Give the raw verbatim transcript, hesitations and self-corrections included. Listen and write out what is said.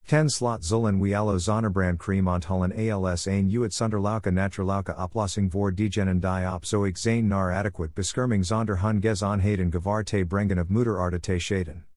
ten slot zullen wie alle zonnebrand cream onthullen als een uit sunderlauke naturlauke oplossing voor diegenen die op zoek zijn naar adequate bescherming zonder hun gezondheden gevaar te brengen of moederaarde te schaden.